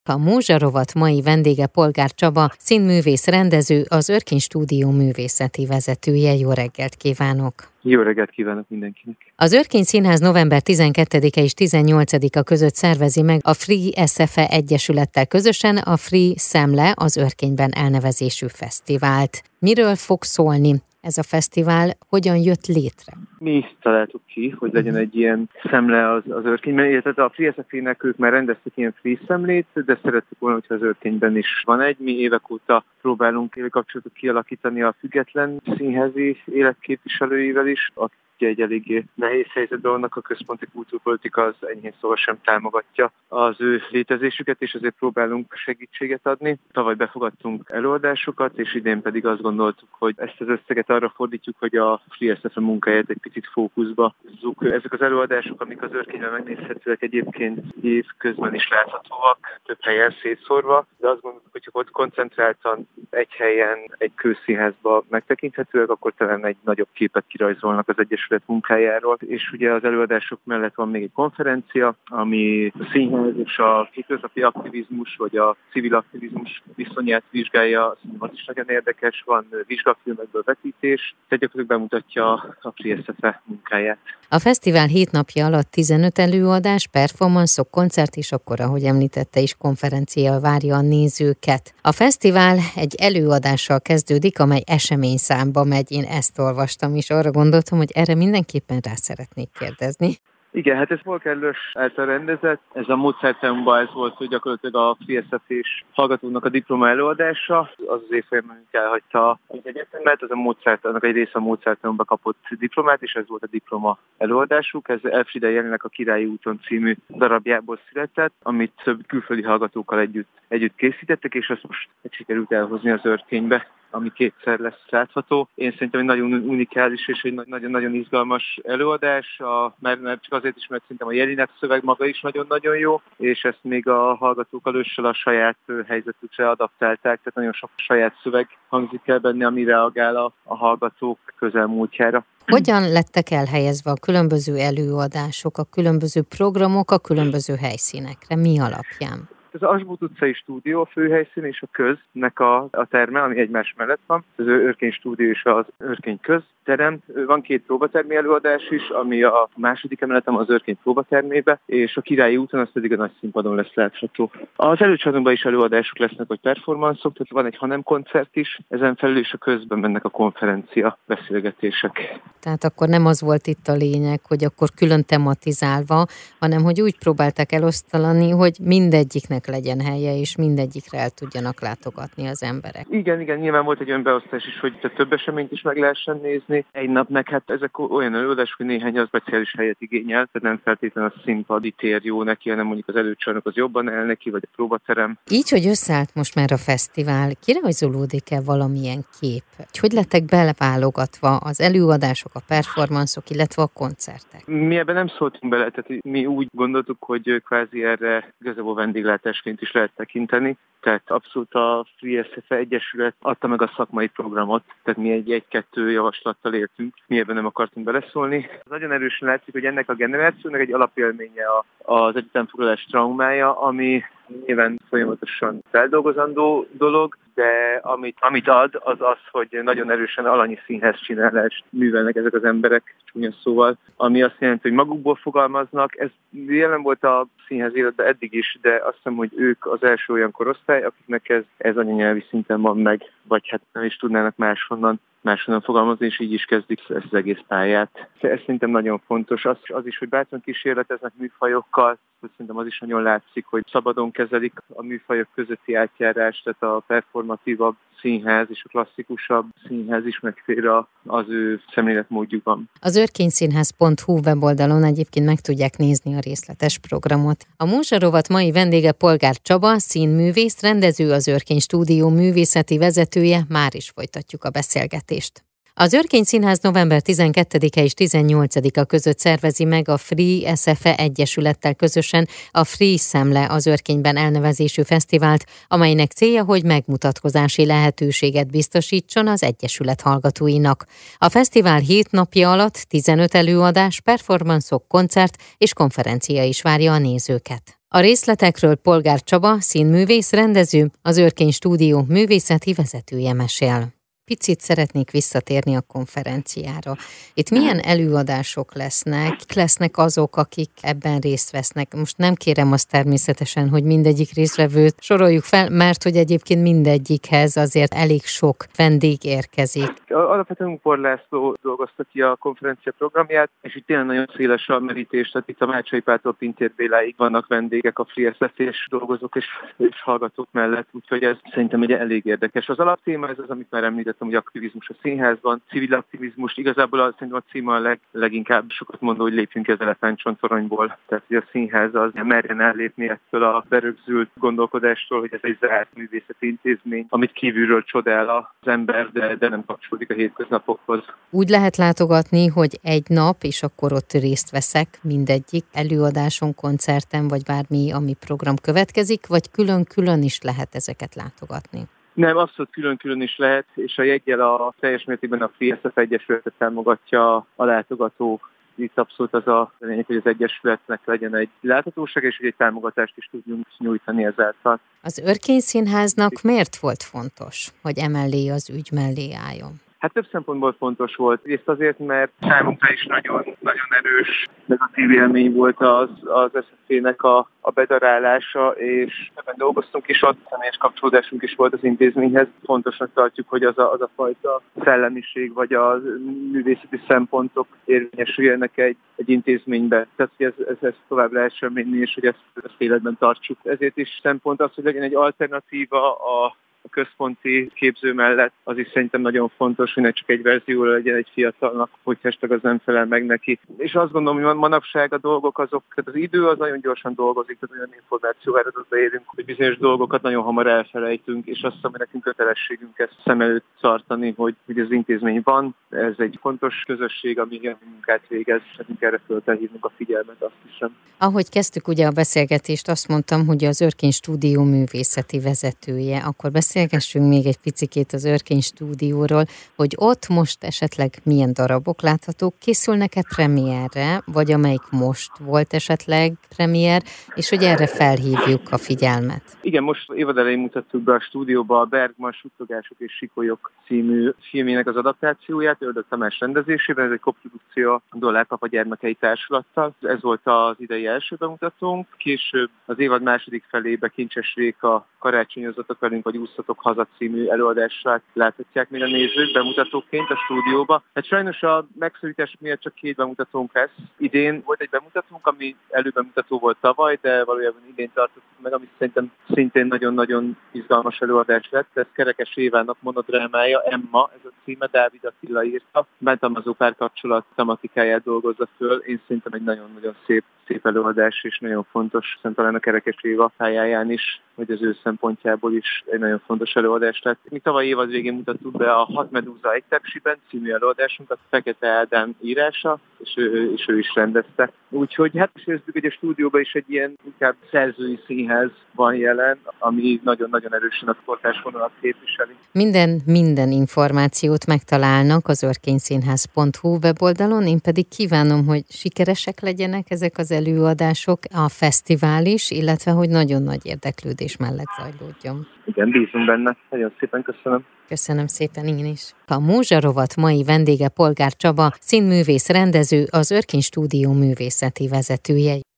A Múzsa rovat mai vendége Polgár Csaba, színművész, rendező, az Örkény Stúdió művészeti vezetője. Jó reggelt kívánok! Jó reggelt kívánok mindenkinek! Az Örkény Színház november 12-e és 18-a között szervezi meg a Free SFE Egyesülettel közösen a Free Szemle az Örkényben elnevezésű fesztivált. Miről fog szólni ez a fesztivál, hogyan jött létre? Mi is találtuk ki, hogy legyen egy ilyen szemle az Örkényben, illetve a Free SFE-nek ők már rendeztek ilyen free szemlét, de szerettük volna, hogyha az Örkényben is van egy. Mi évek óta próbálunk kapcsolatot kialakítani a független színházi életképviselőivel is, egy eléggé nehéz helyzetben vannak, a központi kultúrpolitika az enyhén szóval sem támogatja az ő létezésüket, és ezért próbálunk segítséget adni. Tavaly befogadtunk előadásokat, és idén pedig azt gondoltuk, hogy ezt az összeget arra fordítjuk, hogy a Free SFE munkáját egy picit fókuszba hozzuk. Ezek az előadások, amik az Örkényben megnézhetőek, egyébként év közben is láthatóak, több helyen szétszórva, de azt gondoltuk, hogy ott koncentráltan egy helyen, egy közszínházban megtekinthetőek, akkor talán egy nagyobb képet kirajzolnak az Egyesület munkájáról, és ugye az előadások mellett van még egy konferencia, ami a színház és a hétköznapi aktivizmus, vagy a civil aktivizmus viszonyát vizsgálja, szerintem az is nagyon érdekes, van vizsgafilmekből vetítés, tehát gyakorlatilag bemutatja a Free SFE munkáját. A fesztivál 7 napja alatt 15 előadás, performanszok, koncert és akkor, ahogy említette is, konferencia várja a nézőket. A fesztivál egy előadással kezdődik, amely eseményszámba megy, én ezt olvastam, és arra gondoltam, hogy erre mindenképpen rá szeretnék kérdezni. Igen, hát ez Volker Löss által rendezett. Ez a Mozarteumban ez volt, hogy gyakorlatilag a Free SFE-s hallgatónak a diploma előadása. Az évfolyamon elhagyta az egyetemet, az a Mozart, annak egy része a Mozarteumban kapott diplomát, és ez volt a diploma előadásuk. Ez Elfriede Jelinek a Királyi úton című darabjából született, amit több külföldi hallgatókkal együtt készítettek, és ezt most sikerült elhozni az Örkénybe, ami kétszer lesz látható. Én szerintem egy nagyon unikális és egy nagyon-nagyon izgalmas előadás, mert csak azért is, mert szerintem a Jelinek szöveg maga is nagyon-nagyon jó, és ezt még a hallgatók Lössel a saját helyzetükre adaptálták, tehát nagyon sok saját szöveg hangzik el benne, ami reagál a hallgatók közelmúltjára. Hogyan lettek elhelyezve a különböző előadások, a különböző programok a különböző helyszínekre? Mi alapján? Az Asbót utcai stúdió a főhelyszín és a köznek a terme, ami egymás mellett van. Az Örkény Stúdió és az Örkény közterem. Van 2 próbatermi előadás is, ami a második emeletem az Örkény próbatermébe, és a Királyi úton az pedig a nagy színpadon lesz látható. Az előcsarnokban is előadások lesznek, vagy performanszok, tehát van egy hanem koncert is, ezen felül is a közben mennek a konferencia beszélgetések. Tehát akkor nem az volt itt a lényeg, hogy akkor külön tematizálva, hanem hogy úgy próbálták elosztani, hogy mindegyiknek legyen helye, és mindegyikre el tudjanak látogatni az emberek. Igen, nyilván volt egy olyan beosztás is, hogy több eseményt is meg lehessen nézni. Egy napnak hát ezek olyan előadások, hogy néhány az speciális helyet igényel, tehát nem feltétlenül a színpadi tér jó neki, hanem mondjuk az előcsarnok az jobban el neki, vagy a próbaterem. Így, hogy összeállt most már a fesztivál, kirajzolódik-e valamilyen kép? Hogy lettek beleválogatva az előadások, a performanszok, illetve a koncertek? Mi ebben nem szóltunk bele, tehát mi úgy gondoltuk, hogy kvázi erre igazából vendéglátásként is lehet tekinteni. Tehát abszolút a Free SFE Egyesület adta meg a szakmai programot, tehát mi egy-kettő javaslattal éltünk, mi ebben nem akartunk beleszólni. Nagyon erősen látszik, hogy ennek a generációnak egy alapélménye az egyetemfoglalás traumája, ami nyilván folyamatosan feldolgozandó dolog, de amit ad, az az, hogy nagyon erősen alanyi színház csinálást művelnek ezek az emberek, csúnya szóval, ami azt jelenti, hogy magukból fogalmaznak. Ez jelen volt a színház életben eddig is, de azt hiszem, hogy ők az első olyan korosztály, akiknek ez anyanyelvi szinten van meg, vagy hát nem is tudnának máshonnan fogalmazni, és így is kezdik ezt az egész pályát. Ez szerintem nagyon fontos. Az is, hogy bátran kísérleteznek műfajokkal, hogy szerintem az is nagyon látszik, hogy szabadon kezelik a műfajok közötti átjárást, tehát a performatívabb színház és a klasszikusabb színház is megfér az ő szemléletmódjukban. Az örkényszínház.hu weboldalon egyébként meg tudják nézni a részletes programot. A Múzsa rovat mai vendége Polgár Csaba, színművész, rendező, az Örkény Stúdió művészeti vezetője. Már is folytatjuk a beszélgetést. Az Örkény Színház november 12-e és 18-a között szervezi meg a Free SFE Egyesülettel közösen a Free Szemle az Örkényben elnevezésű fesztivált, amelynek célja, hogy megmutatkozási lehetőséget biztosítson az Egyesület hallgatóinak. A fesztivál 7 napja alatt 15 előadás, performanszok, koncert és konferencia is várja a nézőket. A részletekről Polgár Csaba, színművész, rendező, az Örkény Stúdió művészeti vezetője mesél. Picit szeretnék visszatérni a konferenciára. Itt milyen előadások lesznek? Kik lesznek azok, akik ebben részt vesznek? Most nem kérem azt természetesen, hogy mindegyik résztvevőt soroljuk fel, mert hogy egyébként mindegyikhez azért elég sok vendég érkezik. Alapvetően Ungor László dolgozta ki a konferencia programját, és itt tényleg nagyon széles a merítés, tehát itt a Mácsai Páltól Pintér Béláig vannak vendégek a Free SF-és dolgozók és hallgatók mellett, úgyhogy ez szerintem ugye elég érdekes. Az alaptéma ez az, amit már említettem, hogy aktivizmus a színházban, civil aktivizmus, igazából szerintem a címe leginkább sokat mondó, hogy lépjünk az elefántcsontoronyból. Tehát, hogy a színház az merjen ellépni ettől a berögzült gondolkodástól, hogy ez egy zárt művészeti intézmény, amit kívülről csodál az ember, de nem kapcsolódik a hétköznapokhoz. Úgy lehet látogatni, hogy egy nap, és akkor ott részt veszek mindegyik előadáson, koncerten, vagy bármi, ami program következik, vagy külön-külön is lehet ezeket látogatni? Nem, abszolút külön-külön is lehet, és a jeggyel a teljes mértékben a Free SF Egyesületet támogatja a látogatók. Itt abszolút az a lényeg, hogy az Egyesületnek legyen egy láthatóság, és hogy egy támogatást is tudjunk nyújtani ezáltal. Az Örkény Színháznak miért volt fontos, hogy emellé az ügy mellé álljon? Hát több szempontból fontos volt. Részt azért, mert számunkra is nagyon, nagyon erős negatív élmény volt az SZF-nek a bedarálása, és ebben dolgoztunk is, ott személyes kapcsolódásunk is volt az intézményhez. Fontosnak tartjuk, hogy az a fajta szellemiség vagy a művészeti szempontok érvényesüljenek egy intézménybe. Tehát, hogy ez tovább lehessen menni, és hogy ezt életben tartsuk. Ezért is szempont az, hogy legyen egy alternatíva a központi képző mellett, az is szerintem nagyon fontos, hogy ne csak egy verzió legyen egy fiatalnak, hogy esetleg az nem felel meg neki. És azt gondolom, hogy manapság a dolgok azok, tehát az idő az nagyon gyorsan dolgozik, tehát olyan információ áradatba érünk, hogy bizonyos dolgokat nagyon hamar elfelejtünk, és azt hiszem, hogy nekünk kötelességünk ezt szem előtt tartani, hogy az intézmény van, ez egy fontos közösség, ami a munkát végez, nekünk erre föl kell hívnunk a figyelmet, azt hiszem. Ahogy kezdtük ugye a beszélgetést, azt mondtam, hogy az Örkény Stúdió művészeti vezetője, akkor beszélgessünk még egy picikét az Örkény Stúdióról, hogy ott most esetleg milyen darabok láthatók, készülnek-e premierre, vagy amelyik most volt esetleg premier, és hogy erre felhívjuk a figyelmet. Igen, most évadelején mutattuk be a stúdióba a Bergman Suttogások és Sikolyok című filmének az adaptációját, Ördög Tamás rendezésében, ez egy koprodukció a Dollár Papa Gyermekei Társulattal. Ez volt az idei első bemutatónk, később az évad második felébe Kincses Réka Karácsonyozatok velünk, vagy Ússzatok haza című előadását láthatják még a nézők bemutatóként a stúdióba. Hát sajnos a megszorítás miatt csak 2 bemutatónk lesz. Idén volt egy bemutatónk, ami előbemutató volt tavaly, de valójában idén tartottuk meg, ami szerintem szintén nagyon-nagyon izgalmas előadás lett. Ez Kerekes Évának monodrámája, Emma, ez a címe, Dávid Attila írta. Bántalmazó párkapcsolat tematikáját dolgozza föl. Én szerintem egy nagyon-nagyon szép előadás, és nagyon fontos, szerintem talán a Kerekes Éva pályáján is, hogy az ő szempontjából is egy nagyon fontos előadás lett. Mi tavaly évad végén mutattuk be a 6 medúza egy tepsiben című előadásunkat, Fekete Ádám írása, és ő is rendezte. Úgyhogy hát is érzük, hogy a stúdióban is egy ilyen inkább szerzői színház van jelen, ami nagyon-nagyon erősen a kortárs vonalat képviseli. Minden információt megtalálnak az örkényszínház.hu weboldalon, én pedig kívánom, hogy sikeresek legyenek ezek az előadások, a fesztivál is, illetve hogy nagyon nagy érdeklődés mellett zajlódjon. Igen, bízunk benne. Nagyon szépen köszönöm. Köszönöm szépen én is. A Múzsa rovat mai vendége Polgár Csaba, színművész, rendező, az Örkény Stúdió művészeti vezetője.